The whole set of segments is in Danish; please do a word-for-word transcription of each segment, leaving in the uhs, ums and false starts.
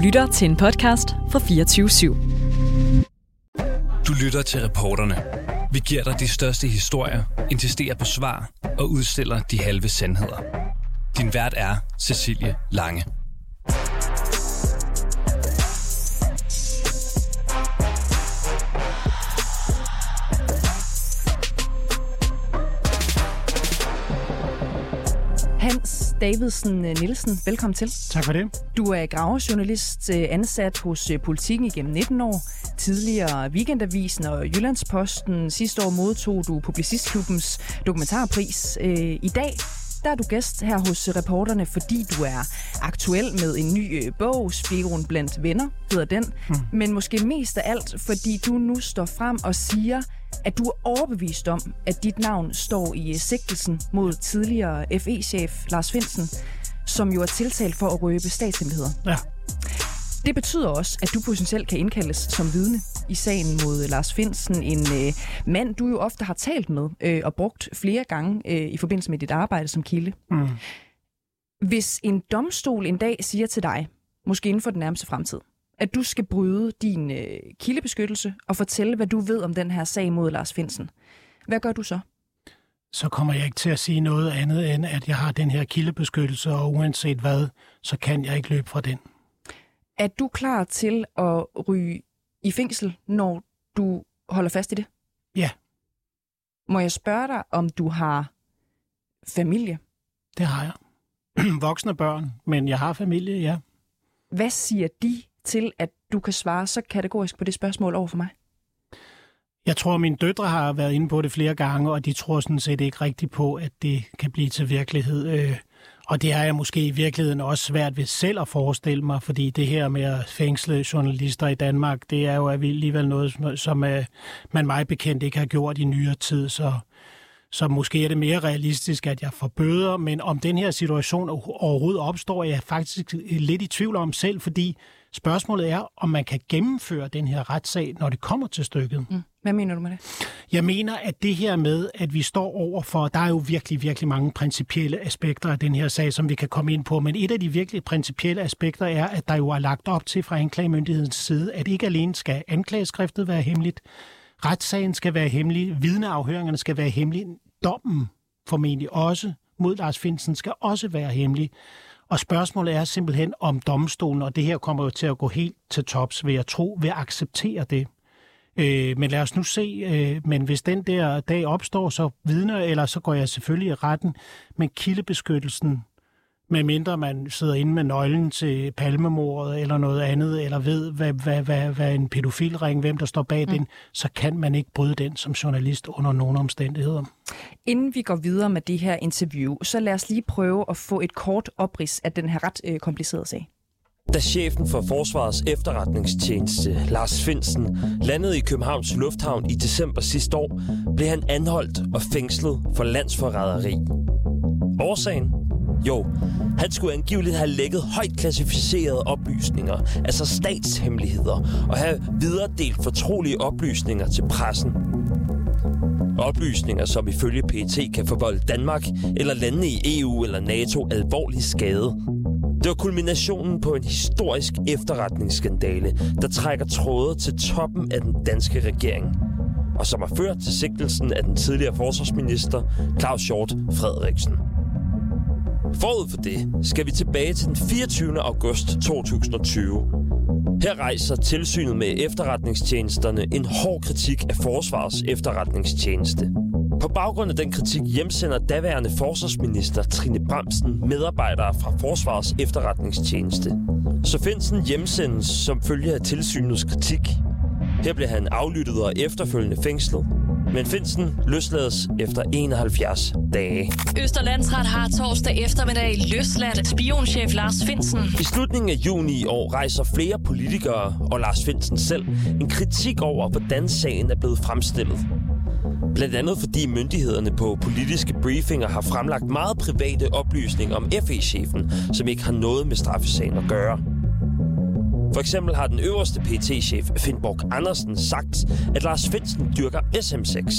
lytter til en podcast fra fireogtyve syv. Du lytter til Reporterne. Vi giver dig de største historier, insisterer på svar og udstiller de halve sandheder. Din vært er Cecilie Lange. Hans Davidsen Nielsen, velkommen til. Tak for det. Du er gravejournalist ansat hos Politiken igennem nitten år. Tidligere Weekendavisen og Jyllandsposten. Sidste år modtog du Publicistklubbens dokumentarpris. I dag der er du gæst her hos Reporterne, fordi du er aktuel med en ny bog, Spion blandt venner, hedder den. Hmm. Men måske mest af alt, fordi du nu står frem og siger, at du er overbevist om, at dit navn står i sigtelsen mod tidligere F E-chef Lars Findsen, som jo er tiltalt for at røbe statshemmeligheder. Ja. Det betyder også, at du potentielt kan indkaldes som vidne i sagen mod Lars Findsen, en øh, mand, du jo ofte har talt med øh, og brugt flere gange øh, i forbindelse med dit arbejde som kilde. Mm. Hvis en domstol en dag siger til dig, måske inden for den nærmeste fremtid, at du skal bryde din øh, kildebeskyttelse og fortælle, hvad du ved om den her sag mod Lars Findsen, hvad gør du så? Så kommer jeg ikke til at sige noget andet end, at jeg har den her kildebeskyttelse, og uanset hvad, så kan jeg ikke løbe fra den. Er du klar til at ryge i fængsel, når du holder fast i det? Ja. Må jeg spørge dig, om du har familie? Det har jeg. Voksne børn, men jeg har familie, ja. Hvad siger de til, at du kan svare så kategorisk på det spørgsmål over for mig? Jeg tror, mine døtre har været inde på det flere gange, og de tror sådan set ikke rigtigt på, at det kan blive til virkelighed. Og det er jeg måske i virkeligheden også svært ved selv at forestille mig, fordi det her med at fængsle journalister i Danmark, det er jo alligevel noget, som man meget bekendt ikke har gjort i nyere tid, så, så måske er det mere realistisk, at jeg får bøder, men om den her situation overhovedet opstår, er jeg faktisk lidt i tvivl om selv, fordi spørgsmålet er, om man kan gennemføre den her retssag, når det kommer til stykket. Mm. Hvad mener du med det? Jeg mener, at det her med, at vi står over for, der er jo virkelig, virkelig mange principielle aspekter af den her sag, som vi kan komme ind på, men et af de virkelig principielle aspekter er, at der jo er lagt op til fra anklagemyndighedens side, at ikke alene skal anklageskriftet være hemmeligt, retssagen skal være hemmelig, vidneafhøringerne skal være hemmelige, dommen formentlig også mod Lars Findsen skal også være hemmelig. Og spørgsmålet er simpelthen om domstolen, og det her kommer jo til at gå helt til tops, vil jeg tro, vil acceptere det. Øh, men lad os nu se, øh, men hvis den der dag opstår, så vidner, eller så går jeg selvfølgelig i retten, men kildebeskyttelsen, medmindre man sidder inde med nøglen til Palmemordet eller noget andet, eller ved, hvad, hvad, hvad, hvad en pædofilring, hvem der står bag mm. den, så kan man ikke bryde den som journalist under nogen omstændigheder. Inden vi går videre med det her interview, så lad os lige prøve at få et kort oprids af den her ret øh, komplicerede sag. Da chefen for Forsvarets efterretningstjeneste, Lars Findsen, landede i Københavns Lufthavn i december sidste år, blev han anholdt og fængslet for landsforræderi. Årsagen? Jo, han skulle angiveligt have lækket højt klassificerede oplysninger, altså statshemmeligheder, og have videredelt fortrolige oplysninger til pressen. Oplysninger, som ifølge P E T kan forvolde Danmark eller landene i E U eller NATO alvorlig skade. Det var kulminationen på en historisk efterretningsskandale, der trækker tråde til toppen af den danske regering, og som har ført til sigtelsen af den tidligere forsvarsminister Claus Hjort Frederiksen. Forud for det skal vi tilbage til den fireogtyvende august to tusind og tyve. Her rejser tilsynet med efterretningstjenesterne en hård kritik af Forsvarets efterretningstjeneste. På baggrund af den kritik hjemsender daværende forsvarsminister Trine Bramsen medarbejdere fra Forsvarets efterretningstjeneste. Så Findsen hjemsendes som følge af tilsynets kritik. Her blev han aflyttet og efterfølgende fængslet. Men Findsen løslades efter enoghalvfjerds dage. Østerlandsret har torsdag eftermiddag løsladt spionchef Lars Findsen. I slutningen af juni i år rejser flere politikere og Lars Findsen selv en kritik over, hvordan sagen er blevet fremstillet. Blandt andet fordi myndighederne på politiske briefinger har fremlagt meget private oplysninger om F E-chefen, som ikke har noget med straffesagen at gøre. For eksempel har den øverste P E T-chef Finn Borch Andersen sagt, at Lars Findsen dyrker S M seks.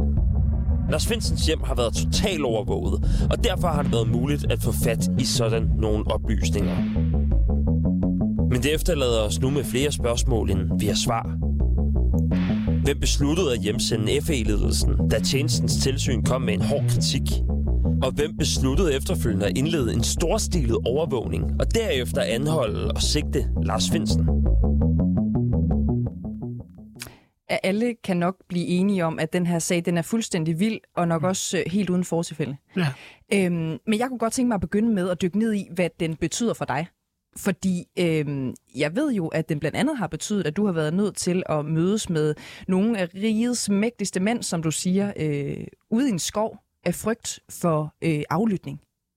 Lars Findsens hjem har været totalt overvåget, og derfor har det været muligt at få fat i sådan nogle oplysninger. Men det efterlader os nu med flere spørgsmål, end vi har svar. Hvem besluttede at hjemsende F E-ledelsen, da tjenestens tilsyn kom med en hård kritik? Og hvem besluttede efterfølgende at indlede en storstilet overvågning, og derefter anholde og sigte Lars Findsen? Alle kan nok blive enige om, at den her sag den er fuldstændig vild, og nok også helt uden fortilfælde. Ja. Øhm, men jeg kunne godt tænke mig at begynde med at dykke ned i, hvad den betyder for dig. Fordi øhm, jeg ved jo, at den blandt andet har betydet, at du har været nødt til at mødes med nogle af rigets mægtigste mænd, som du siger, øh, ude i en skov af frygt for øh, aflytning.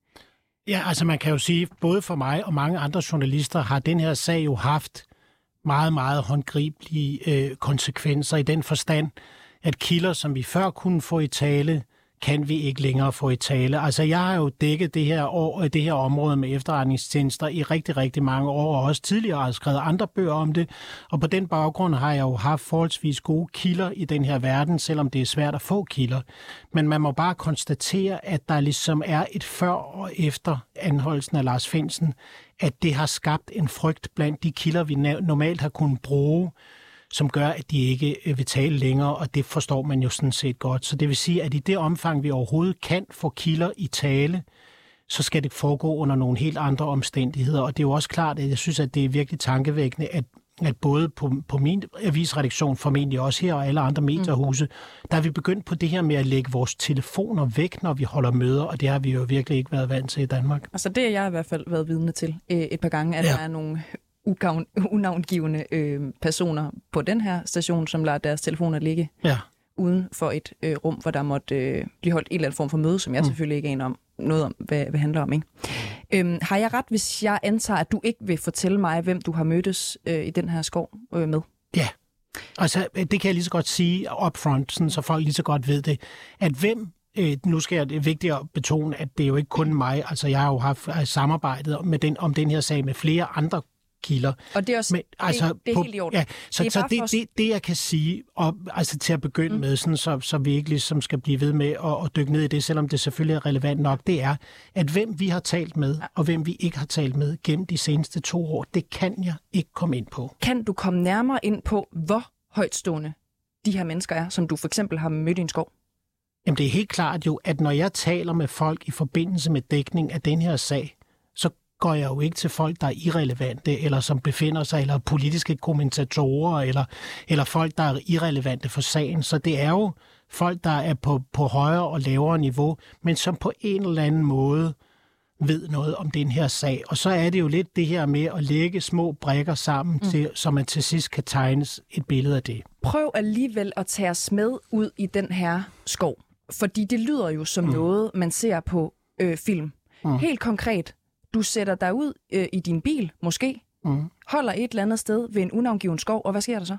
Ja, altså man kan jo sige, både for mig og mange andre journalister har den her sag jo haft meget, meget håndgribelige øh, konsekvenser i den forstand, at kilder, som vi før kunne få i tale, kan vi ikke længere få i tale. Altså, jeg har jo dækket det her, år, det her område med efterretningstjenester i rigtig, rigtig mange år, og også tidligere har skrevet andre bøger om det. Og på den baggrund har jeg jo haft forholdsvis gode kilder i den her verden, selvom det er svært at få kilder. Men man må bare konstatere, at der ligesom er et før og efter anholdelsen af Lars Findsen, at det har skabt en frygt blandt de kilder, vi normalt har kunnet bruge, som gør, at de ikke vil tale længere, og det forstår man jo sådan set godt. Så det vil sige, at i det omfang, vi overhovedet kan få kilder i tale, så skal det foregå under nogle helt andre omstændigheder. Og det er jo også klart, at jeg synes, at det er virkelig tankevækkende, at, at både på, på min avisredaktion, formentlig også her og alle andre mediehuse, mm. der er vi begyndt på det her med at lægge vores telefoner væk, når vi holder møder, og det har vi jo virkelig ikke været vant til i Danmark. Altså det har jeg i hvert fald været vidne til øh, et par gange, at ja. der er nogle Ugavn, unavngivende øh, personer på den her station, som lader deres telefoner ligge ja. uden for et øh, rum, hvor der måtte øh, blive holdt en eller anden form for møde, som jeg mm. selvfølgelig ikke aner om noget om, hvad det handler om. Ikke? Øhm, har jeg ret, hvis jeg antager, at du ikke vil fortælle mig, hvem du har mødtes øh, i den her skov øh, med? Ja, altså det kan jeg lige så godt sige upfront, sådan, så folk lige så godt ved det, at hvem Øh, nu skal jeg, det er vigtigt at betone, at det er jo ikke kun mig. Altså, jeg har jo haft samarbejdet med den, om den her sag med flere andre kilder. Og det er også Men, altså, det, det er på, helt i orden. Ja, så det, så det, os... det, det, jeg kan sige, og, altså til at begynde mm. med, sådan, så, så vi ikke ligesom skal blive ved med at, at dykke ned i det, selvom det selvfølgelig er relevant nok, det er, at hvem vi har talt med, ja. og hvem vi ikke har talt med gennem de seneste to år, det kan jeg ikke komme ind på. Kan du komme nærmere ind på, hvor højtstående de her mennesker er, som du for eksempel har mødt i en skov? Jamen det er helt klart jo, at når jeg taler med folk i forbindelse med dækning af den her sag, så går jeg jo ikke til folk, der er irrelevante, eller som befinder sig, eller politiske kommentatorer, eller, eller folk, der er irrelevante for sagen. Så det er jo folk, der er på, på højere og lavere niveau, men som på en eller anden måde ved noget om den her sag. Og så er det jo lidt det her med at lægge små brikker sammen, mm. til, så man til sidst kan tegnes et billede af det. Prøv alligevel at tage os med ud i den her skov. Fordi det lyder jo som mm. noget, man ser på øh, film. Mm. Helt konkret, du sætter dig ud øh, i din bil, måske, mm. holder et eller andet sted ved en unavngiven skov, og hvad sker der så?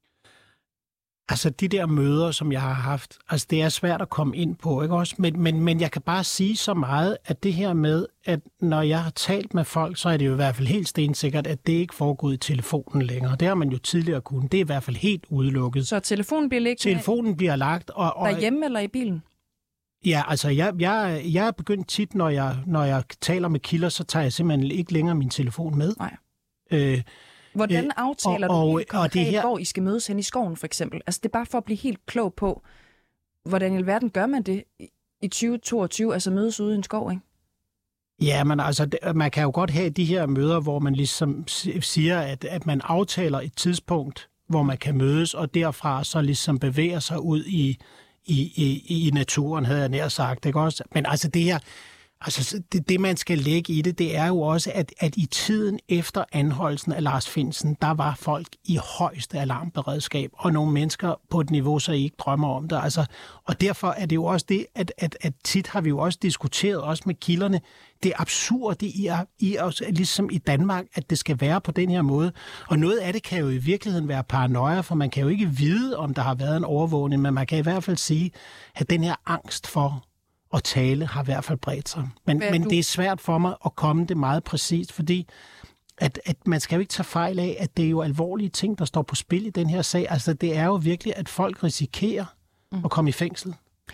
Altså de der møder, som jeg har haft, altså det er svært at komme ind på, ikke også? Men, men, men jeg kan bare sige så meget, at det her med, at når jeg har talt med folk, så er det jo i hvert fald helt stensikkert, at det ikke foregår i telefonen længere. Det har man jo tidligere kunnet. Det er i hvert fald helt udelukket. Så telefonen bliver liggende? Telefonen bliver lagt. Og, og, derhjemme eller i bilen? Ja, altså jeg, jeg, jeg er begyndt tit, når jeg, når jeg taler med kilder, så tager jeg simpelthen ikke længere min telefon med. Nej. Øh, Hvordan aftaler og, du og, helt konkret, og det her... hvor I skal mødes hen i skoven, for eksempel? Altså, det er bare for at blive helt klog på, hvordan i alverden gør man det i tyve toogtyve, altså mødes ude i en skov, ikke? Ja, men altså, man kan jo godt have de her møder, hvor man ligesom siger, at, at man aftaler et tidspunkt, hvor man kan mødes, og derfra så ligesom bevæger sig ud i, i, i, i naturen, havde jeg nær sagt, ikke også? Men altså det her... Altså, det, det, man skal lægge i det, det er jo også, at, at i tiden efter anholdelsen af Lars Findsen, der var folk i højeste alarmberedskab, og nogle mennesker på et niveau, så I ikke drømmer om det. Altså, og derfor er det jo også det, at, at, at tit har vi jo også diskuteret, også med kilderne, det absurde i, at, i os, ligesom i Danmark, at det skal være på den her måde. Og noget af det kan jo i virkeligheden være paranoia, for man kan jo ikke vide, om der har været en overvågning, men man kan i hvert fald sige, at den her angst for og tale har i hvert fald bredt sig. Men, men det er svært for mig at komme det meget præcist, fordi at, at man skal jo ikke tage fejl af, at det er jo alvorlige ting, der står på spil i den her sag. Altså det er jo virkelig, at folk risikerer mm. at komme i fængsel.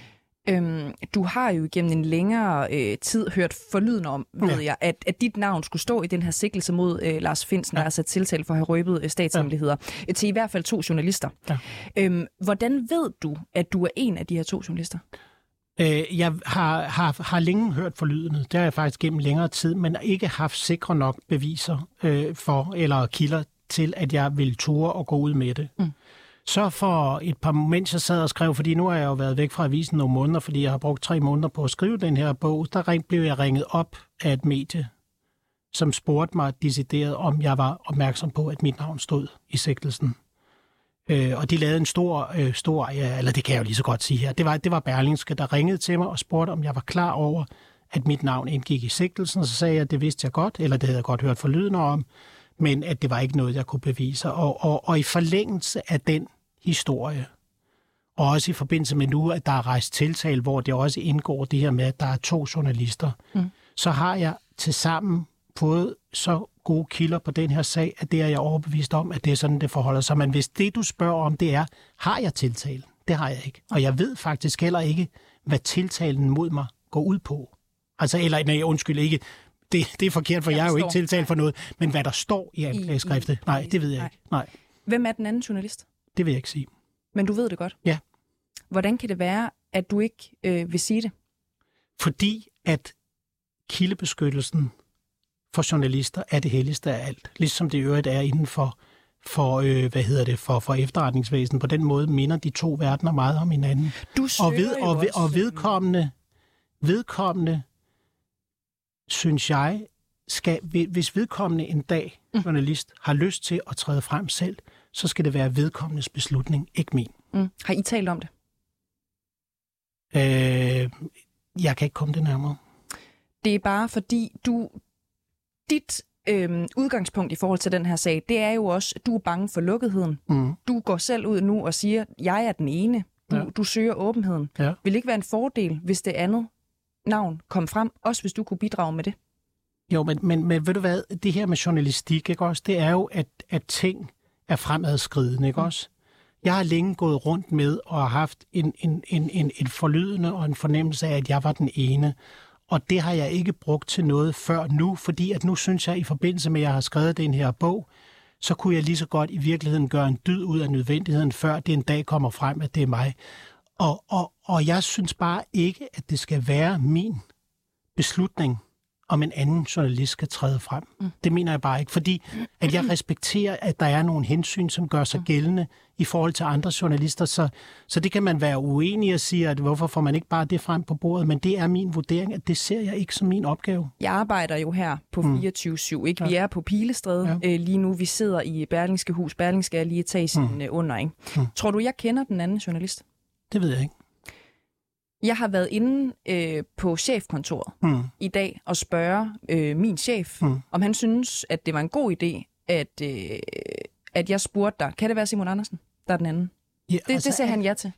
Øhm, du har jo gennem en længere øh, tid hørt forlyden om, ved ja. jeg, at, at dit navn skulle stå i den her sigtelse mod øh, Lars Findsen, ja. der er sat tiltale for at have røbet øh, statshemmeligheder, ja. til i hvert fald to journalister. Ja. Øhm, hvordan ved du, at du er en af de her to journalister? Øh, jeg har, har, har længe hørt forlydende. Det har jeg faktisk gennem længere tid, men ikke haft sikre nok beviser øh, for, eller kilder til, at jeg vil ture og gå ud med det. Mm. Så for et par, mens jeg sad og skrev, fordi nu har jeg jo været væk fra avisen nogle måneder, fordi jeg har brugt tre måneder på at skrive den her bog, der blev jeg ringet op af et medie, som spurgte mig decideret, om jeg var opmærksom på, at mit navn stod i sigtelsen. Øh, og de lavede en stor, øh, stor ja, eller det kan jeg jo lige så godt sige her, det var, det var Berlingske, der ringede til mig og spurgte, om jeg var klar over, at mit navn indgik i sigtelsen, og så sagde jeg, at det vidste jeg godt, eller det havde jeg godt hørt forlydende om, men at det var ikke noget, jeg kunne bevise. Og, og, og i forlængelse af den historie, og også i forbindelse med nu, at der er rejst tiltale, hvor det også indgår det her med, at der er to journalister, mm. så har jeg tilsammen fået så gode kilder på den her sag, at det er jeg overbevist om, at det er sådan, det forholder sig. Men hvis det, du spørger om, det er, har jeg tiltale? Det har jeg ikke. Og jeg ved faktisk heller ikke, hvad tiltalen mod mig går ud på. Altså, eller nej, undskyld ikke. Det, det er forkert, for jeg, jeg er jo ikke tiltalt for noget. Men hvad der står i anklageskriftet, nej, det ved jeg nej. ikke. Nej. Hvem er den anden journalist? Det vil jeg ikke sige. Men du ved det godt? Ja. Hvordan kan det være, at du ikke øh, vil sige det? Fordi at kildebeskyttelsen for journalister er det helligste af alt. Ligesom det i øvrigt er inden for, for, øh, hvad hedder det, for, for efterretningsvæsen. På den måde minder de to verdener meget om hinanden. Du og, ved, og, ved, og vedkommende, vedkommende, synes jeg, skal, hvis vedkommende en dag, journalist, har lyst til at træde frem selv, så skal det være vedkommendes beslutning, ikke min. Mm. Har I talt om det? Øh, jeg kan ikke komme det nærmere. Det er bare fordi, du... Dit øh, udgangspunkt i forhold til den her sag, det er jo også, at du er bange for lukketheden. Mm. Du går selv ud nu og siger, at jeg er den ene. Du, ja. du søger åbenheden. Ja. Vil det ikke være en fordel, hvis det andet navn kom frem, også hvis du kunne bidrage med det? Jo, men, men, men ved du hvad, det her med journalistik, ikke også, det er jo, at, at ting er fremadskridende, ikke mm. også? Jeg har længe gået rundt med og har haft en, en, en, en, en forlydende og en fornemmelse af, at jeg var den ene. Og det har jeg ikke brugt til noget før nu, fordi at nu synes jeg, i forbindelse med, at jeg har skrevet den her bog, så kunne jeg lige så godt i virkeligheden gøre en dyd ud af nødvendigheden, før det en dag kommer frem, at det er mig. Og, og, og jeg synes bare ikke, at det skal være min beslutning, om en anden journalist skal træde frem. Mm. Det mener jeg bare ikke, fordi at jeg respekterer, at der er nogle hensyn, som gør sig gældende i forhold til andre journalister, så, så det kan man være uenig og sige, at hvorfor får man ikke bare det frem på bordet, men det er min vurdering, at det ser jeg ikke som min opgave. Jeg arbejder jo her på fireogtyve syv, ikke? Vi ja. er på Pilestræde ja. øh, lige nu, vi sidder i Berlingske Hus, Berlingske er lige etagen mm. under, ikke? Mm. Tror du, jeg kender den anden journalist? Det ved jeg ikke. Jeg har været inde øh, på chefkontoret mm. i dag og spørge øh, min chef, mm. om han synes, at det var en god idé, at, øh, at jeg spurgte dig. Kan det være Simon Andersen, der er den anden? Ja, det, altså, det sagde han ja til.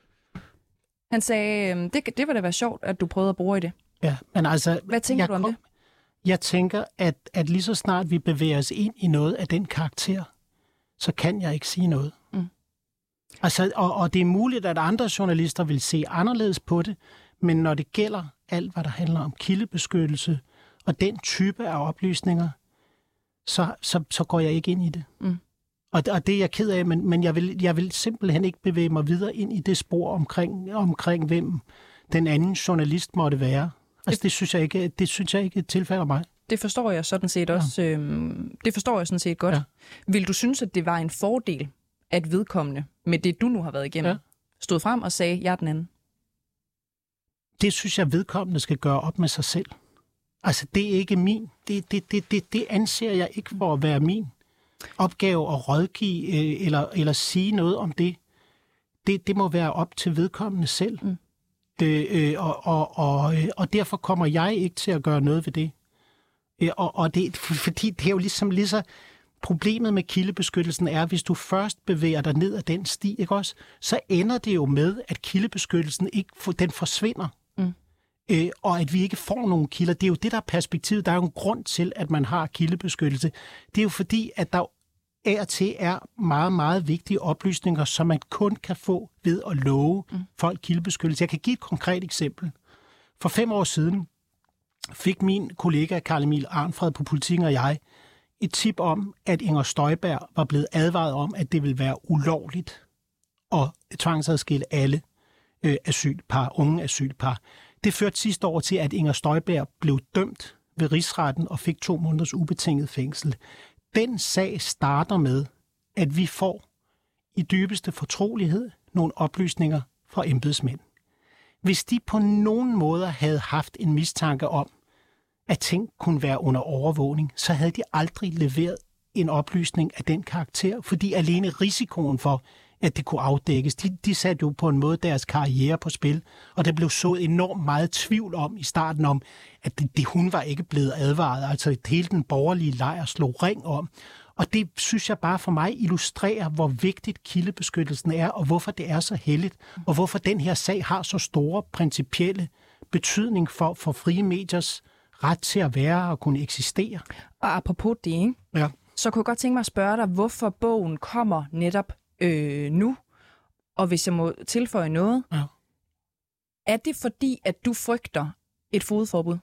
Han sagde, øh, det, det var da være sjovt, at du prøvede at bruge i det. Ja, men altså... Hvad tænker du om kom, det? Jeg tænker, at, at lige så snart vi bevæger os ind i noget af den karakter, så kan jeg ikke sige noget. Mm. Altså, og, og det er muligt, at andre journalister vil se anderledes på det, men når det gælder alt, hvad der handler om kildebeskyttelse og den type af oplysninger, så, så, så går jeg ikke ind i det. Mm. Og, og det er jeg ked af, men, men jeg, vil, jeg vil simpelthen ikke bevæge mig videre ind i det spor omkring, omkring hvem den anden journalist måtte være. Altså, det, det synes jeg ikke, det synes jeg ikke tilfælder mig. Det forstår jeg sådan set også. Ja. Øhm, det forstår jeg sådan set godt. Ja. Vil du synes, at det var en fordel, at vedkommende, med det du nu har været igennem, ja. stod frem og sagde, jeg er den anden? Det synes jeg, vedkommende skal gøre op med sig selv. Altså, det er ikke min. Det, det, det, det, det anser jeg ikke for at være min opgave at rådgive øh, eller, eller sige noget om det. Det, det må være op til vedkommende selv. Mm. Øh, øh, og, og, og, og derfor kommer jeg ikke til at gøre noget ved det. Øh, og, og det fordi det er jo ligesom lige så... Problemet med kildebeskyttelsen er, at hvis du først bevæger dig ned ad den sti, ikke også, så ender det jo med, at kildebeskyttelsen ikke den forsvinder. Mm. Øh, og at vi ikke får nogen kilder. Det er jo det, der er perspektivet. Der er jo en grund til, at man har kildebeskyttelse. Det er jo fordi, at der af og til er meget, meget vigtige oplysninger, som man kun kan få ved at love mm. folk kildebeskyttelse. Jeg kan give et konkret eksempel. For fem år siden fik min kollega Carl Emil Arnfred på Politiken og jeg et tip om, at Inger Støjberg var blevet advaret om, at det ville være ulovligt at tvangsadskille alle øh, asylpar, unge asylpar. Det førte sidste år til, at Inger Støjberg blev dømt ved rigsretten og fik to måneders ubetinget fængsel. Den sag starter med, at vi får i dybeste fortrolighed nogle oplysninger fra embedsmænd. Hvis de på nogen måder havde haft en mistanke om, at ting kunne være under overvågning, så havde de aldrig leveret en oplysning af den karakter, fordi alene risikoen for, at det kunne afdækkes, de, de satte jo på en måde deres karriere på spil, og der blev så enormt meget tvivl om i starten om, at det, det hun var ikke blevet advaret, altså hele den borgerlige lejr slog ring om. Og det synes jeg bare for mig illustrerer, hvor vigtigt kildebeskyttelsen er, og hvorfor det er så heldigt, og hvorfor den her sag har så store principielle betydning for, for frie mediers ret til at være og kunne eksistere. Og apropos det, ikke? Ja. Så kunne jeg godt tænke mig at spørge dig, hvorfor bogen kommer netop øh, nu, og hvis jeg må tilføje noget, ja. Er det fordi, at du frygter et fogedforbud?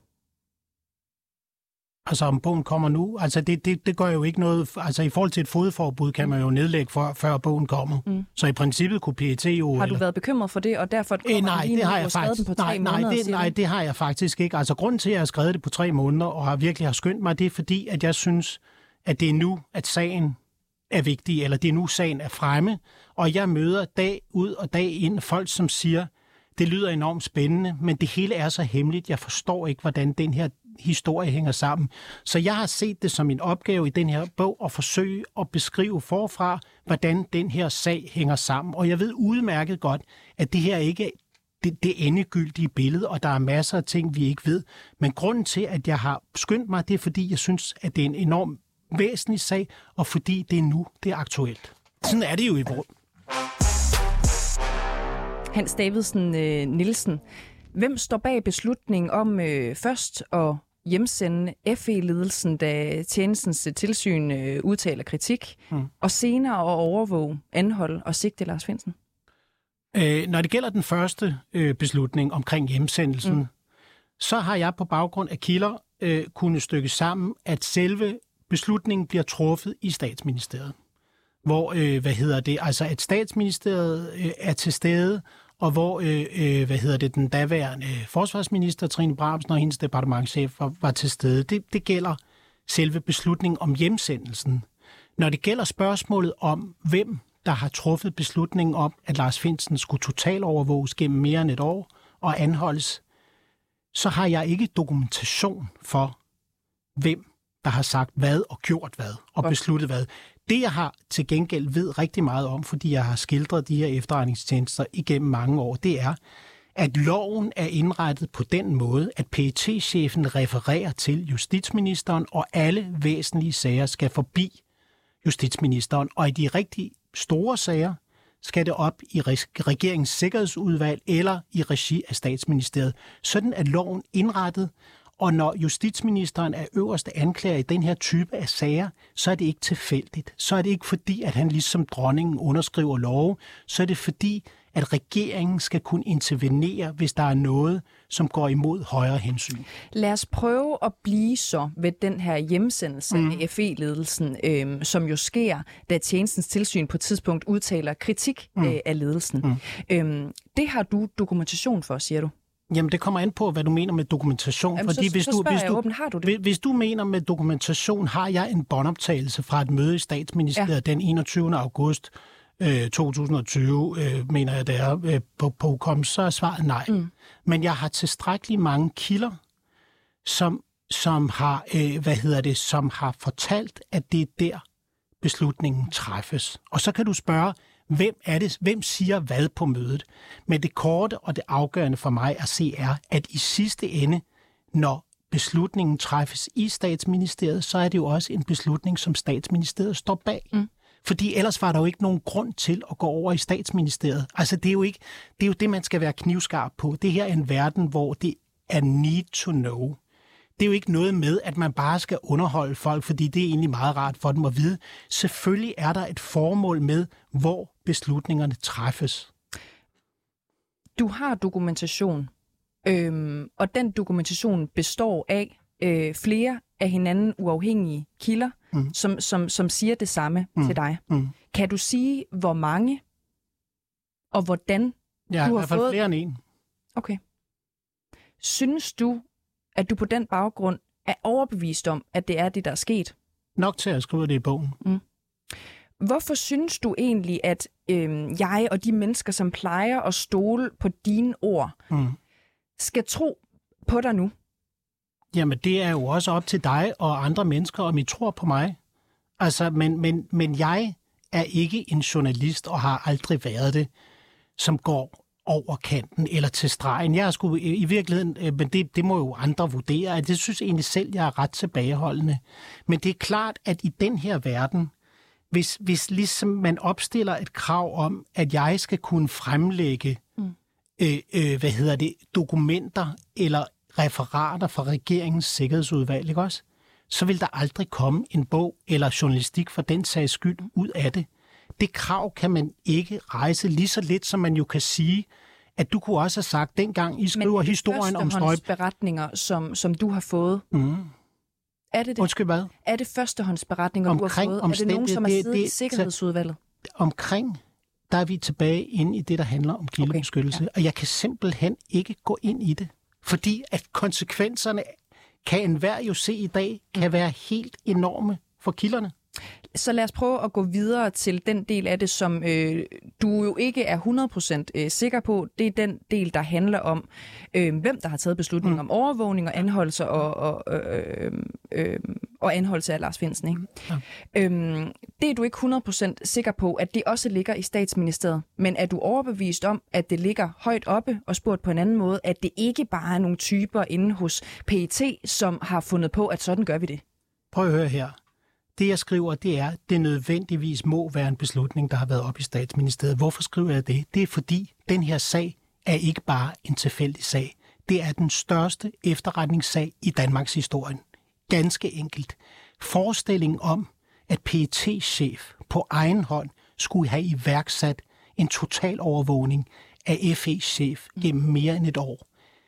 Altså om bogen kommer nu, altså det, det, det gør jo ikke noget, altså i forhold til et fogedforbud kan man jo nedlægge for, før bogen kommer. Mm. Så i princippet kunne P E T jo... Har du eller... været bekymret for det, og derfor kommer øh, nej, lige det nu, har jeg faktisk, den på tre nej, måneder? Nej det, nej, det har jeg faktisk ikke. Altså grunden til, at jeg har skrevet det på tre måneder, og har virkelig har skyndt mig, det er fordi, at jeg synes, at det er nu, at sagen er vigtig, eller det er nu, sagen er fremme, og jeg møder dag ud og dag ind folk, som siger, det lyder enormt spændende, men det hele er så hemmeligt, jeg forstår ikke, hvordan den her historie hænger sammen. Så jeg har set det som en opgave i den her bog at forsøge at beskrive forfra, hvordan den her sag hænger sammen. Og jeg ved udmærket godt, at det her ikke er det, det endegyldige billede, og der er masser af ting, vi ikke ved. Men grunden til, at jeg har skyndt mig, det er, fordi jeg synes, at det er en enorm væsentlig sag, og fordi det er nu, det er aktuelt. Sådan er det jo i vores. Hans Davidsen øh, Nielsen, hvem står bag beslutningen om øh, først at hjemsende F E-ledelsen, da tjenestens tilsyn øh, udtaler kritik, hmm. og senere at overvåge, anholde og sigte Lars Findsen? Øh, når det gælder den første øh, beslutning omkring hjemsendelsen, hmm. så har jeg på baggrund af kilder øh, kunnet stykke sammen, at selve beslutningen bliver truffet i Statsministeriet. Hvor, øh, hvad hedder det, altså at Statsministeriet øh, er til stede, og hvor, øh, øh, hvad hedder det, den daværende forsvarsminister, Trine Bramsen, og hendes departementschef var, var til stede. Det, det gælder selve beslutningen om hjemsendelsen. Når det gælder spørgsmålet om, hvem der har truffet beslutningen om, at Lars Findsen skulle totalovervåges gennem mere end et år og anholdes, så har jeg ikke dokumentation for, hvem der har sagt hvad og gjort hvad og besluttet hvad. Det, jeg har til gengæld ved rigtig meget om, fordi jeg har skildret de her efterretningstjenester igennem mange år, det er, at loven er indrettet på den måde, at P E T-chefen refererer til justitsministeren, og alle væsentlige sager skal forbi justitsministeren. Og i de rigtig store sager skal det op i regeringens sikkerhedsudvalg eller i regi af Statsministeriet. Sådan er loven indrettet. Og når justitsministeren er øverste anklager i den her type af sager, så er det ikke tilfældigt. Så er det ikke fordi, at han ligesom dronningen underskriver love. Så er det fordi, at regeringen skal kunne intervenere, hvis der er noget, som går imod højere hensyn. Lad os prøve at blive så ved den her hjemsendelse mm. af F E-ledelsen, øhm, som jo sker, da tjenestens tilsyn på et tidspunkt udtaler kritik mm. øh, af ledelsen. Mm. Øhm, det har du dokumentation for, siger du? Jamen, det kommer an på, hvad du mener med dokumentation. Jamen, fordi så, hvis så du, hvis jeg du, åben, har du det? Hvis du mener med dokumentation, har jeg en båndoptagelse fra et møde i Statsministeriet ja. den enogtyvende august øh, to tusind og tyve, øh, mener jeg, det er øh, på, på kom, så er svaret nej. Mm. Men jeg har tilstrækkeligt mange kilder, som, som, har, øh, hvad hedder det, som har fortalt, at det er der, beslutningen træffes. Og så kan du spørge, Hvem er det? Hvem siger hvad på mødet? Men det korte og det afgørende for mig at se er, at i sidste ende, når beslutningen træffes i Statsministeriet, så er det jo også en beslutning, som Statsministeriet står bag. Mm. Fordi ellers var der jo ikke nogen grund til at gå over i Statsministeriet. Altså det er jo ikke, det er jo det, man skal være knivskarp på. Det her er en verden, hvor det er need to know. Det er jo ikke noget med, at man bare skal underholde folk, fordi det er egentlig meget rart for dem at vide. Selvfølgelig er der et formål med, hvor beslutningerne træffes. Du har dokumentation, øhm, og den dokumentation består af øh, flere af hinanden uafhængige kilder, mm. som, som, som siger det samme mm. til dig. Mm. Kan du sige, hvor mange og hvordan ja, du har i hvert fald fået... flere end en. Okay. Synes du, at du på den baggrund er overbevist om, at det er det, der er sket? Nok til at skrive det i bogen. Mm. Hvorfor synes du egentlig, at øh, jeg og de mennesker, som plejer at stole på dine ord, mm. skal tro på dig nu? Jamen, det er jo også op til dig og andre mennesker, om I tror på mig. Altså, men, men, men jeg er ikke en journalist, og har aldrig været det, som går over kanten eller til stregen. Jeg er sgu i, i virkeligheden, men det, det må jo andre vurdere. Det synes jeg egentlig selv, jeg er ret tilbageholdende. Men det er klart, at i den her verden, hvis, hvis ligesom man opstiller et krav om, at jeg skal kunne fremlægge mm. øh, øh, hvad hedder det, dokumenter eller referater fra regeringens sikkerhedsudvalg, ikke også? Så vil der aldrig komme en bog eller journalistik for den sags skyld ud af det. Det krav kan man ikke rejse lige så lidt, som man jo kan sige, at du kunne også have sagt, dengang I skriver historien om Støjberg. Men det beretninger, som, som du har fået, mm. er det det? Undskyld, hvad? Er det førstehåndsberetninger, omkring, du har fået? Er det nogen, som har siddet det, i sikkerhedsudvalget? Omkring, der er vi tilbage inde i det, der handler om kildebeskyttelse. Okay, ja. Og jeg kan simpelthen ikke gå ind i det. Fordi at konsekvenserne, kan enhver jo se i dag, kan være helt enorme for kilderne. Så lad os prøve at gå videre til den del af det, som øh, du jo ikke er hundrede procent øh, sikker på. Det er den del, der handler om, øh, hvem der har taget beslutningen mm. om overvågning og anholdelse og, og, øh, øh, og anholdelse af Lars Findsen. Ikke? Ja. Øhm, det er du ikke hundrede procent sikker på, at det også ligger i Statsministeriet. Men er du overbevist om, at det ligger højt oppe og spurgt på en anden måde, at det ikke bare er nogle typer inde hos P E T, som har fundet på, at sådan gør vi det? Prøv at høre her. Det, jeg skriver, det er, at det nødvendigvis må være en beslutning, der har været op i Statsministeriet. Hvorfor skriver jeg det? Det er fordi, den her sag er ikke bare en tilfældig sag. Det er den største efterretningssag i Danmarks historie. Ganske enkelt. Forestillingen om, at P E T-chef på egen hånd skulle have iværksat en total overvågning af F E-chef gennem mere end et år.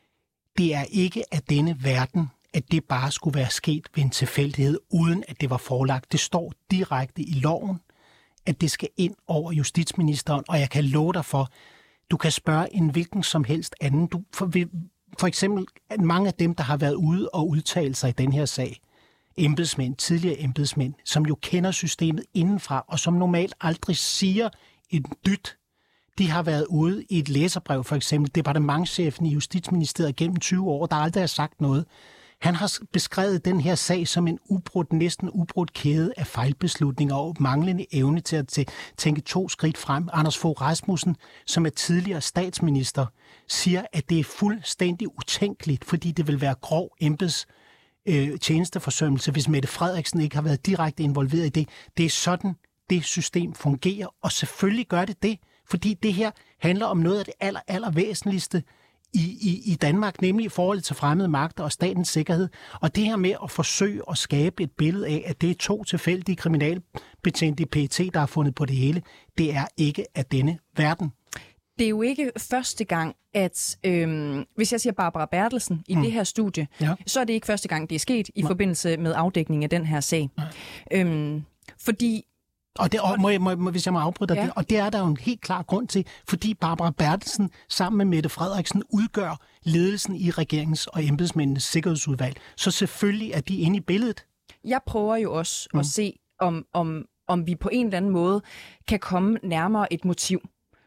Det er ikke af denne verden, at det bare skulle være sket ved en tilfældighed, uden at det var forelagt. Det står direkte i loven, at det skal ind over justitsministeren, og jeg kan love dig for, du kan spørge en hvilken som helst anden. Du, for, for eksempel mange af dem, der har været ude og udtale sig i den her sag, embedsmænd, tidligere embedsmænd, som jo kender systemet indenfra, og som normalt aldrig siger en dyt. De har været ude i et læserbrev, for eksempel departementschefen i Justitsministeriet gennem tyve år, der aldrig har sagt noget. Han har beskrevet den her sag som en ubrudt, næsten ubrudt kæde af fejlbeslutninger og manglende evne til at tænke to skridt frem. Anders Fogh Rasmussen, som er tidligere statsminister, siger, at det er fuldstændig utænkeligt, fordi det vil være grov embeds øh, tjenesteforsømmelse, hvis Mette Frederiksen ikke har været direkte involveret i det. Det er sådan, det system fungerer, og selvfølgelig gør det det, fordi det her handler om noget af det aller, aller væsentligste I, i, i Danmark, nemlig i forhold til fremmede magter og statens sikkerhed. Og det her med at forsøge at skabe et billede af, at det er to tilfældige kriminalbetjente i P E T, der har fundet på det hele, det er ikke af denne verden. Det er jo ikke første gang, at øhm, hvis jeg siger Barbara Bertelsen i hmm. det her studie, ja. så er det ikke første gang, det er sket i Nej. forbindelse med afdækning af den her sag. Øhm, fordi Og, det, og må jeg, må, må, hvis jeg må afbryde dig, ja. det, og det er der jo en helt klar grund til, fordi Barbara Bertelsen sammen med Mette Frederiksen udgør ledelsen i regeringens og embedsmændenes sikkerhedsudvalg. Så selvfølgelig er de inde i billedet. Jeg prøver jo også mm. at se, om, om, om vi på en eller anden måde kan komme nærmere et motiv.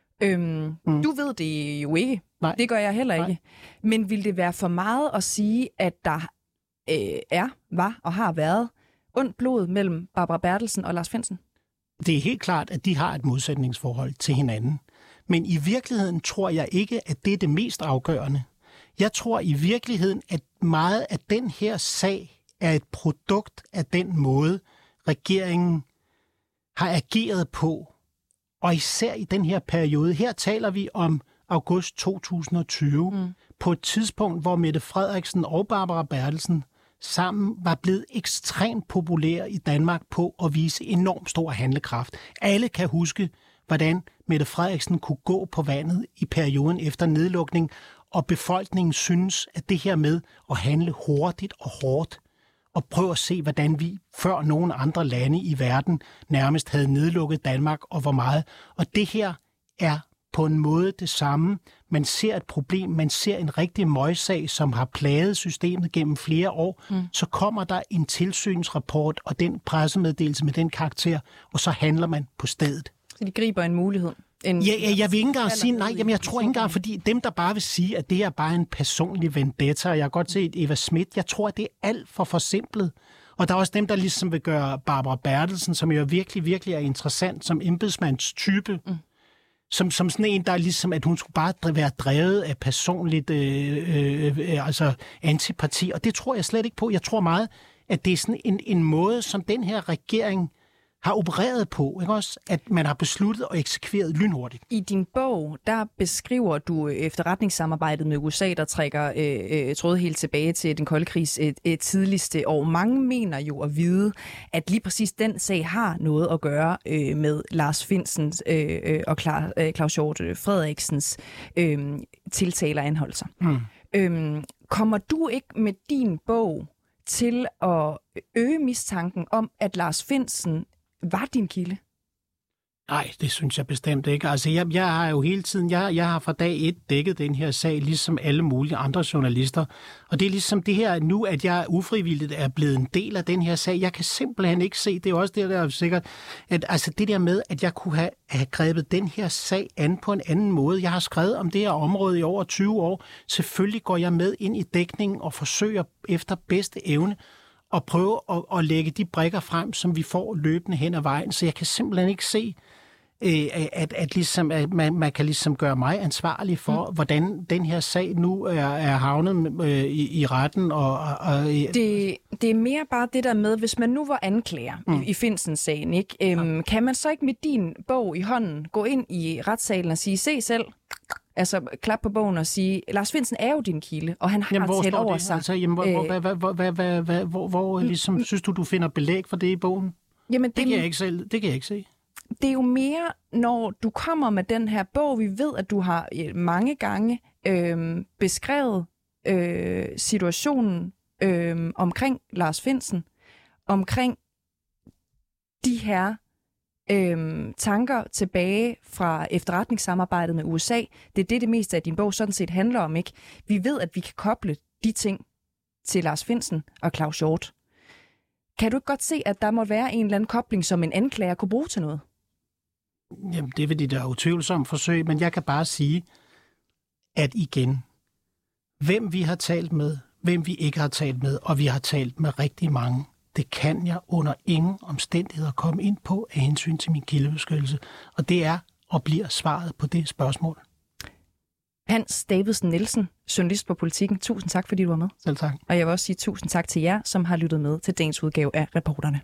Øhm, mm. Du ved det jo ikke. Nej. Det gør jeg heller ikke. Nej. Men vil det være for meget at sige, at der øh, er, var og har været ondt blod mellem Barbara Bertelsen og Lars Findsen? Det er helt klart, at de har et modsætningsforhold til hinanden. Men i virkeligheden tror jeg ikke, at det er det mest afgørende. Jeg tror i virkeligheden, at meget af den her sag er et produkt af den måde, regeringen har ageret på. Og især i den her periode. Her taler vi om august to tusind og tyve. Mm. På et tidspunkt, hvor Mette Frederiksen og Barbara Bertelsen sammen var blevet ekstremt populære i Danmark på at vise enormt stor handlekraft. Alle kan huske, hvordan Mette Frederiksen kunne gå på vandet i perioden efter nedlukning, og befolkningen synes, at det her med at handle hurtigt og hårdt, og prøve at se, hvordan vi før nogle andre lande i verden nærmest havde nedlukket Danmark, og hvor meget. Og det her er på en måde det samme. Man ser et problem, man ser en rigtig møgssag, som har plaget systemet gennem flere år. Mm. Så kommer der en tilsynsrapport og den pressemeddelelse med den karakter, og så handler man på stedet. Så de griber en mulighed? En, ja, ja, jeg vil ikke engang sige, nej, jamen jeg tror ikke engang, fordi dem, der bare vil sige, at det er bare en personlig vendetta, og jeg har godt set Eva Schmidt, jeg tror, at det er alt for forsimplet. Og der er også dem, der ligesom vil gøre Barbara Bertelsen, som jo virkelig, virkelig er interessant som embedsmandstype, mm. som, som sådan en, der er ligesom, at hun skulle bare være drevet af personligt øh, øh, altså antipati, og det tror jeg slet ikke på. Jeg tror meget, at det er sådan en, en måde, som den her regering har opereret på, ikke også? At man har besluttet og eksekveret lynhurtigt. I din bog, der beskriver du efterretningssamarbejdet med U S A, der trækker øh, trådet helt tilbage til den kolde krigs et, et tidligste år. Mange mener jo at vide, at lige præcis den sag har noget at gøre øh, med Lars Findsens øh, og Claus Hjort Frederiksens øh, tiltaler og anholdelser. Mm. Øhm, kommer du ikke med din bog til at øge mistanken om, at Lars Findsen var din kilde? Nej, det synes jeg bestemt ikke. Altså, jeg, jeg har jo hele tiden, jeg, jeg har fra dag et dækket den her sag, ligesom alle mulige andre journalister. Og det er ligesom det her nu, at jeg ufrivilligt er blevet en del af den her sag. Jeg kan simpelthen ikke se, det er også det, der er sikkert, at altså det der med, at jeg kunne have, have grebet den her sag an på en anden måde. Jeg har skrevet om det her område i over tyve år. Selvfølgelig går jeg med ind i dækningen og forsøger efter bedste evne og prøve at, at lægge de brikker frem, som vi får løbende hen ad vejen. Så jeg kan simpelthen ikke se, øh, at, at, ligesom, at man, man kan ligesom gøre mig ansvarlig for, mm. hvordan den her sag nu er, er havnet øh, i, i retten. Og, og, det, det er mere bare det der med, hvis man nu var anklager mm. i, i Findsens-sagen, ikke? Øhm, ja. Kan man så ikke med din bog i hånden gå ind i retssalen og sige, se selv, altså klap på bogen og sige, Lars Findsen er jo din kilde, og han har jamen, talt over det? sig. Altså, jamen, hvor, øh, hvor, hvor, hvor, hvor, hvor, hvor, hvor ligesom, synes du, du finder belæg for det i bogen? Jamen, det, det, kan jeg ikke selv, det kan jeg ikke se. Det er jo mere, når du kommer med den her bog, vi ved, at du har mange gange øh, beskrevet øh, situationen øh, omkring Lars Findsen, omkring de her Øhm, tanker tilbage fra efterretningssamarbejdet med U S A. Det er det, det meste af din bog sådan set handler om, ikke? Vi ved, at vi kan koble de ting til Lars Findsen og Claus Hjort. Kan du ikke godt se, at der må være en eller anden kobling, som en anklager kunne bruge til noget? Jamen, det vil de da utvivlsomt forsøge, men jeg kan bare sige, at igen, hvem vi har talt med, hvem vi ikke har talt med, og vi har talt med rigtig mange, det kan jeg under ingen omstændigheder komme ind på af hensyn til min kildebeskyttelse. Og det er og bliver svaret på det spørgsmål. Hans Davidsen Nielsen, journalist på Politikken. Tusind tak, fordi du var med. Selv tak. Og jeg vil også sige tusind tak til jer, som har lyttet med til dagens udgave af Reporterne.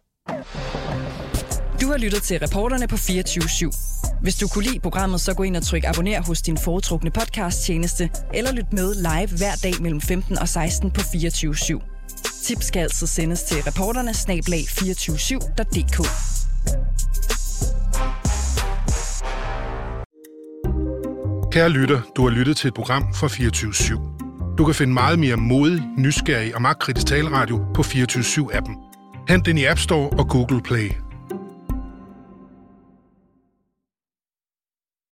Du har lyttet til Reporterne på fireogtyve syv. Hvis du kunne lide programmet, så gå ind og tryk abonner hos din foretrukne podcast-tjeneste, eller lyt med live hver dag mellem femten og seksten på fireogtyve syv. Tips skal altså sendes til reporterne snabel-a to fire syv punktum d k. Kære lytter, du har lyttet til et program fra fireogtyve syv. Du kan finde meget mere modig, nysgerrig og magtkritisk taleradio på fireogtyve syv appen. Hent den i App Store og Google Play.